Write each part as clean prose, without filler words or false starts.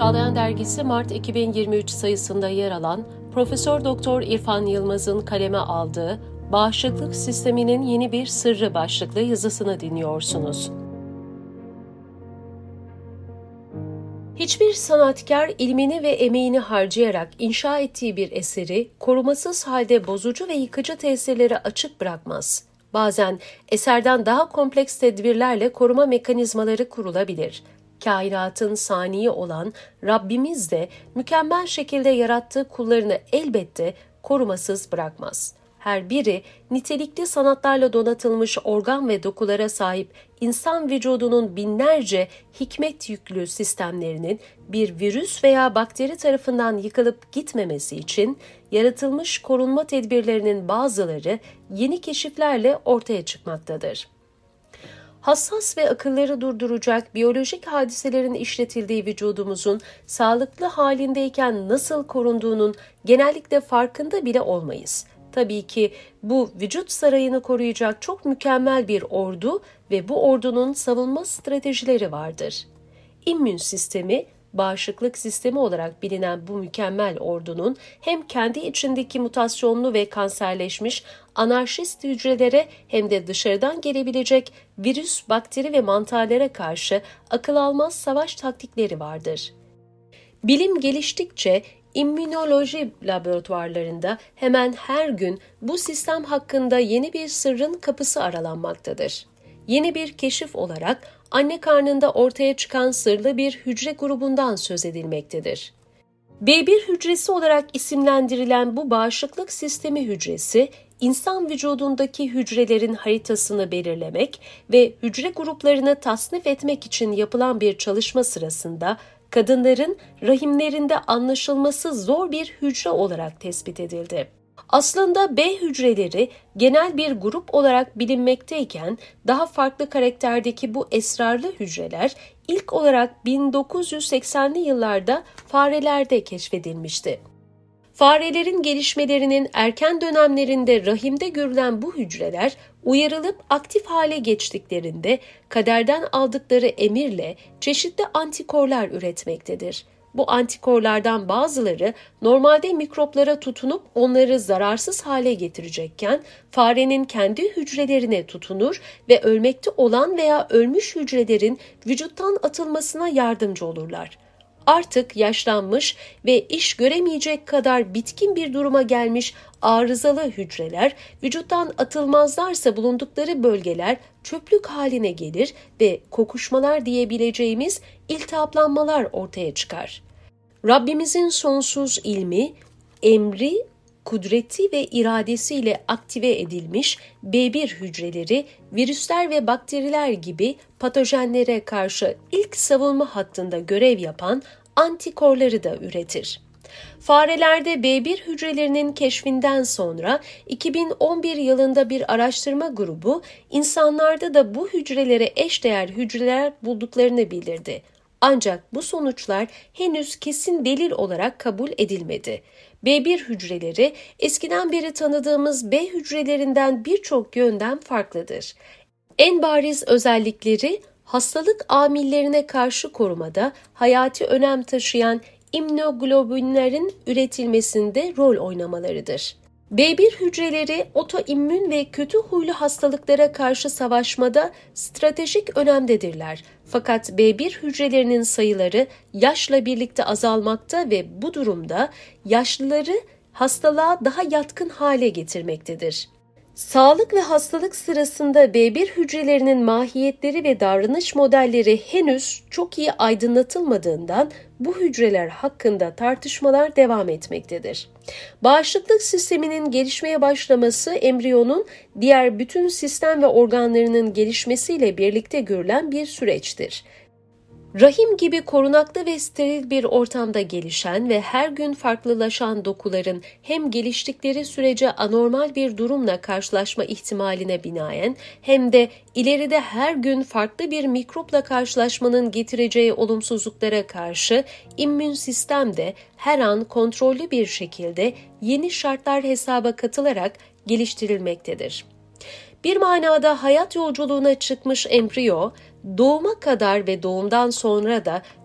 Çağlayan Dergisi Mart 2023 sayısında yer alan Profesör Doktor İrfan Yılmaz'ın kaleme aldığı Bağışıklık Sisteminin Yeni Bir Sırrı başlıklı yazısını dinliyorsunuz. Hiçbir sanatkar ilmini ve emeğini harcayarak inşa ettiği bir eseri korumasız halde bozucu ve yıkıcı tesirlere açık bırakmaz. Bazen eserden daha kompleks tedbirlerle koruma mekanizmaları kurulabilir. Kainatın saniyi olan Rabbimiz de mükemmel şekilde yarattığı kullarını elbette korumasız bırakmaz. Her biri nitelikli sanatlarla donatılmış organ ve dokulara sahip insan vücudunun binlerce hikmet yüklü sistemlerinin bir virüs veya bakteri tarafından yıkılıp gitmemesi için yaratılmış korunma tedbirlerinin bazıları yeni keşiflerle ortaya çıkmaktadır. Hassas ve akılları durduracak biyolojik hadiselerin işletildiği vücudumuzun sağlıklı halindeyken nasıl korunduğunun genellikle farkında bile olmayız. Tabii ki bu vücut sarayını koruyacak çok mükemmel bir ordu ve bu ordunun savunma stratejileri vardır. İmmün sistemi, bağışıklık sistemi olarak bilinen bu mükemmel ordunun hem kendi içindeki mutasyonlu ve kanserleşmiş anarşist hücrelere hem de dışarıdan gelebilecek virüs, bakteri ve mantarlara karşı akıl almaz savaş taktikleri vardır. Bilim geliştikçe İmmünoloji laboratuvarlarında hemen her gün bu sistem hakkında yeni bir sırrın kapısı aralanmaktadır. Yeni bir keşif olarak anne karnında ortaya çıkan sırlı bir hücre grubundan söz edilmektedir. B1 hücresi olarak isimlendirilen bu bağışıklık sistemi hücresi, insan vücudundaki hücrelerin haritasını belirlemek ve hücre gruplarını tasnif etmek için yapılan bir çalışma sırasında kadınların rahimlerinde anlaşılması zor bir hücre olarak tespit edildi. Aslında B hücreleri genel bir grup olarak bilinmekteyken daha farklı karakterdeki bu esrarlı hücreler ilk olarak 1980'li yıllarda farelerde keşfedilmişti. Farelerin gelişmelerinin erken dönemlerinde rahimde görülen bu hücreler uyarılıp aktif hale geçtiklerinde kaderden aldıkları emirle çeşitli antikorlar üretmektedir. Bu antikorlardan bazıları normalde mikroplara tutunup onları zararsız hale getirecekken farenin kendi hücrelerine tutunur ve ölmekte olan veya ölmüş hücrelerin vücuttan atılmasına yardımcı olurlar. Artık yaşlanmış ve iş göremeyecek kadar bitkin bir duruma gelmiş arızalı hücreler vücuttan atılmazlarsa bulundukları bölgeler çöplük haline gelir ve kokuşmalar diyebileceğimiz iltihaplanmalar ortaya çıkar. Rabbimizin sonsuz ilmi, emri, kudreti ve iradesiyle aktive edilmiş B1 hücreleri virüsler ve bakteriler gibi patojenlere karşı ilk savunma hattında görev yapan antikorları da üretir. Farelerde B1 hücrelerinin keşfinden sonra 2011 yılında bir araştırma grubu insanlarda da bu hücrelere eşdeğer hücreler bulduklarını bildirdi. Ancak bu sonuçlar henüz kesin delil olarak kabul edilmedi. B1 hücreleri eskiden beri tanıdığımız B hücrelerinden birçok yönden farklıdır. En bariz özellikleri hastalık amillerine karşı korumada hayati önem taşıyan immunoglobinlerin üretilmesinde rol oynamalarıdır. B1 hücreleri otoimmün ve kötü huylu hastalıklara karşı savaşmada stratejik önemdedirler. Fakat B1 hücrelerinin sayıları yaşla birlikte azalmakta ve bu durumda yaşlıları hastalığa daha yatkın hale getirmektedir. Sağlık ve hastalık sırasında B1 hücrelerinin mahiyetleri ve davranış modelleri henüz çok iyi aydınlatılmadığından bu hücreler hakkında tartışmalar devam etmektedir. Bağışıklık sisteminin gelişmeye başlaması embriyonun diğer bütün sistem ve organlarının gelişmesiyle birlikte görülen bir süreçtir. Rahim gibi korunaklı ve steril bir ortamda gelişen ve her gün farklılaşan dokuların hem geliştikleri sürece anormal bir durumla karşılaşma ihtimaline binaen hem de ileride her gün farklı bir mikropla karşılaşmanın getireceği olumsuzluklara karşı immün sistem de her an kontrollü bir şekilde yeni şartlar hesaba katılarak geliştirilmektedir. Bir manada hayat yolculuğuna çıkmış embriyo, doğuma kadar ve doğumdan sonra da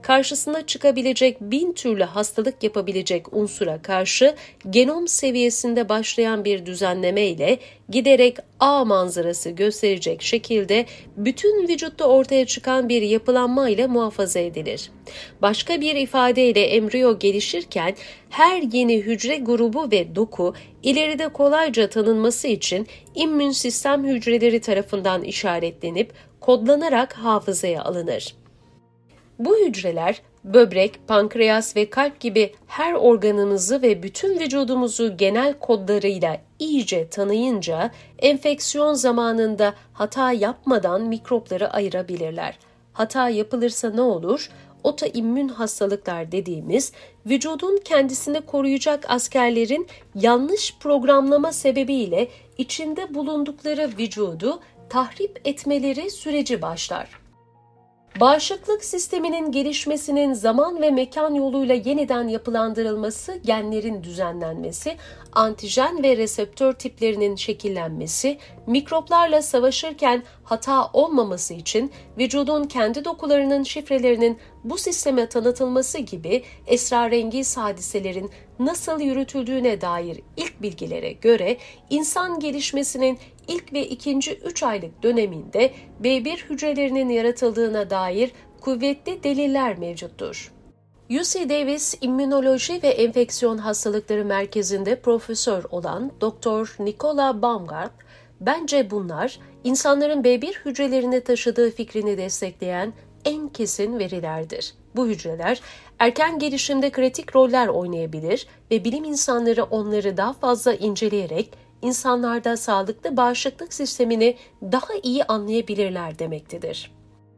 karşısına çıkabilecek 1000 türlü hastalık yapabilecek unsura karşı genom seviyesinde başlayan bir düzenleme ile giderek A manzarası gösterecek şekilde bütün vücutta ortaya çıkan bir yapılanma ile muhafaza edilir. Başka bir ifadeyle embriyo gelişirken her yeni hücre grubu ve doku ileride kolayca tanınması için immün sistem hücreleri tarafından işaretlenip kodlanarak hafızaya alınır. Bu hücreler böbrek, pankreas ve kalp gibi her organımızı ve bütün vücudumuzu genel kodlarıyla iyice tanıyınca enfeksiyon zamanında hata yapmadan mikropları ayırabilirler. Hata yapılırsa ne olur? Otoimmün hastalıklar dediğimiz vücudun kendisini koruyacak askerlerin yanlış programlama sebebiyle içinde bulundukları vücudu tahrip etmeleri süreci başlar. Bağışıklık sisteminin gelişmesinin zaman ve mekan yoluyla yeniden yapılandırılması, genlerin düzenlenmesi, antijen ve reseptör tiplerinin şekillenmesi, mikroplarla savaşırken hata olmaması için vücudun kendi dokularının şifrelerinin bu sisteme tanıtılması gibi esrarengiz hadiselerin nasıl yürütüldüğüne dair ilk bilgilere göre insan gelişmesinin ilk ve ikinci 3 aylık döneminde B1 hücrelerinin yaratıldığına dair kuvvetli deliller mevcuttur. UC Davis İmmünoloji ve Enfeksiyon Hastalıkları Merkezi'nde profesör olan Dr. Nicola Baumgart, bence bunlar insanların B1 hücrelerini taşıdığı fikrini destekleyen en kesin verilerdir. Bu hücreler erken gelişimde kritik roller oynayabilir ve bilim insanları onları daha fazla inceleyerek insanlarda sağlıklı bağışıklık sistemini daha iyi anlayabilirler demektedir.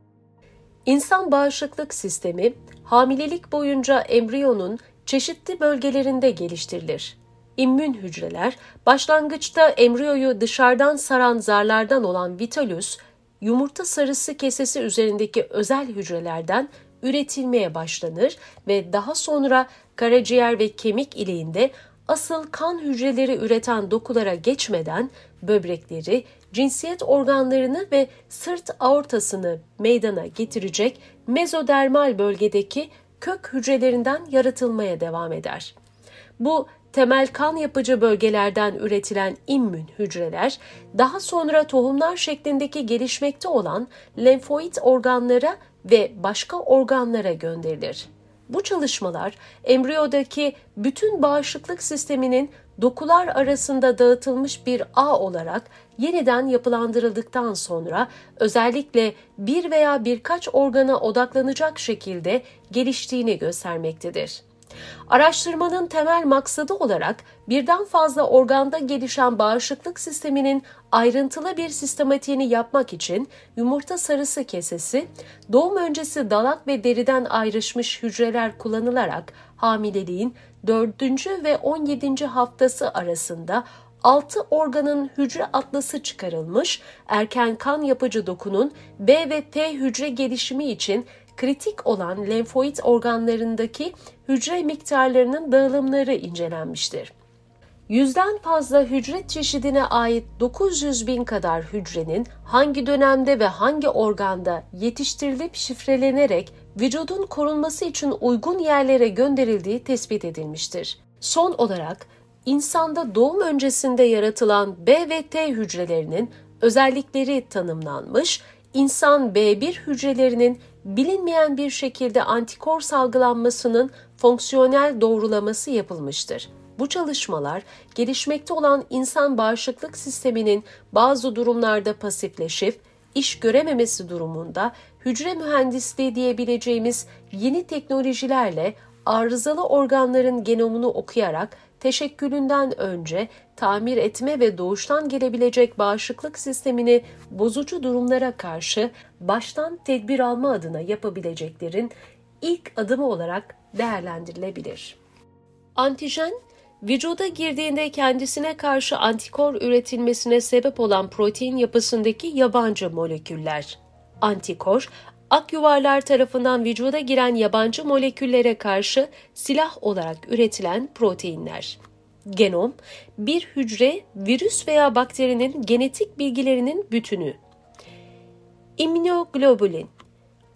İnsan bağışıklık sistemi, hamilelik boyunca embriyonun çeşitli bölgelerinde geliştirilir. İmmün hücreler, başlangıçta embriyoyu dışarıdan saran zarlardan olan vitellus, yumurta sarısı kesesi üzerindeki özel hücrelerden üretilmeye başlanır ve daha sonra karaciğer ve kemik iliğinde asıl kan hücreleri üreten dokulara geçmeden böbrekleri, cinsiyet organlarını ve sırt aortasını meydana getirecek mezodermal bölgedeki kök hücrelerinden yaratılmaya devam eder. Bu temel kan yapıcı bölgelerden üretilen immün hücreler daha sonra tohumlar şeklindeki gelişmekte olan lenfoid organlara ve başka organlara gönderilir. Bu çalışmalar embriyodaki bütün bağışıklık sisteminin dokular arasında dağıtılmış bir ağ olarak yeniden yapılandırıldıktan sonra özellikle bir veya birkaç organa odaklanacak şekilde geliştiğini göstermektedir. Araştırmanın temel maksadı olarak birden fazla organda gelişen bağışıklık sisteminin ayrıntılı bir sistematiğini yapmak için yumurta sarısı kesesi, doğum öncesi dalak ve deriden ayrışmış hücreler kullanılarak hamileliğin 4. ve 17. haftası arasında 6 organın hücre atlası çıkarılmış, erken kan yapıcı dokunun B ve T hücre gelişimi için kritik olan lenfoid organlarındaki hücre miktarlarının dağılımları incelenmiştir. 100'den fazla hücre çeşidine ait 900 bin kadar hücrenin hangi dönemde ve hangi organda yetiştirilip şifrelenerek vücudun korunması için uygun yerlere gönderildiği tespit edilmiştir. Son olarak insanda doğum öncesinde yaratılan B ve T hücrelerinin özellikleri tanımlanmış, insan B1 hücrelerinin bilinmeyen bir şekilde antikor salgılanmasının fonksiyonel doğrulaması yapılmıştır. Bu çalışmalar, gelişmekte olan insan bağışıklık sisteminin bazı durumlarda pasifleşip, iş görememesi durumunda hücre mühendisliği diyebileceğimiz yeni teknolojilerle arızalı organların genomunu okuyarak teşekkülünden önce tamir etme ve doğuştan gelebilecek bağışıklık sistemini bozucu durumlara karşı baştan tedbir alma adına yapabileceklerin ilk adımı olarak değerlendirilebilir. Antijen, vücuda girdiğinde kendisine karşı antikor üretilmesine sebep olan protein yapısındaki yabancı moleküller. Antikor, akyuvarlar tarafından vücuda giren yabancı moleküllere karşı silah olarak üretilen proteinler. Genom, bir hücre, virüs veya bakterinin genetik bilgilerinin bütünü. İmmünoglobulin,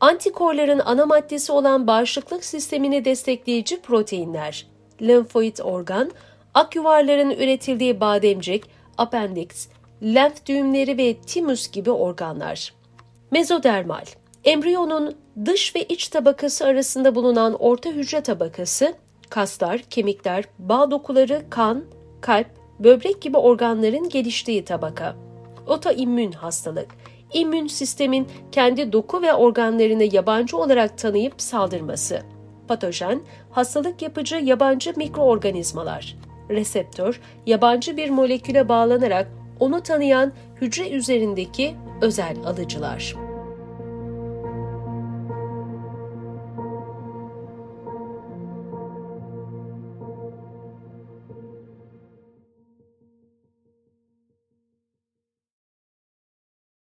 Antikorların ana maddesi olan bağışıklık sistemini destekleyici proteinler, lenfoid organ, ak yuvarların üretildiği bademcik, appendix, lenf düğümleri ve timus gibi organlar. Mezodermal, embriyonun dış ve iç tabakası arasında bulunan orta hücre tabakası, kaslar, kemikler, bağ dokuları, kan, kalp, böbrek gibi organların geliştiği tabaka. Otoimmün hastalık, immün sistemin kendi doku ve organlarını yabancı olarak tanıyıp saldırması. Patojen, hastalık yapıcı yabancı mikroorganizmalar. Reseptör, yabancı bir moleküle bağlanarak onu tanıyan hücre üzerindeki özel alıcılar.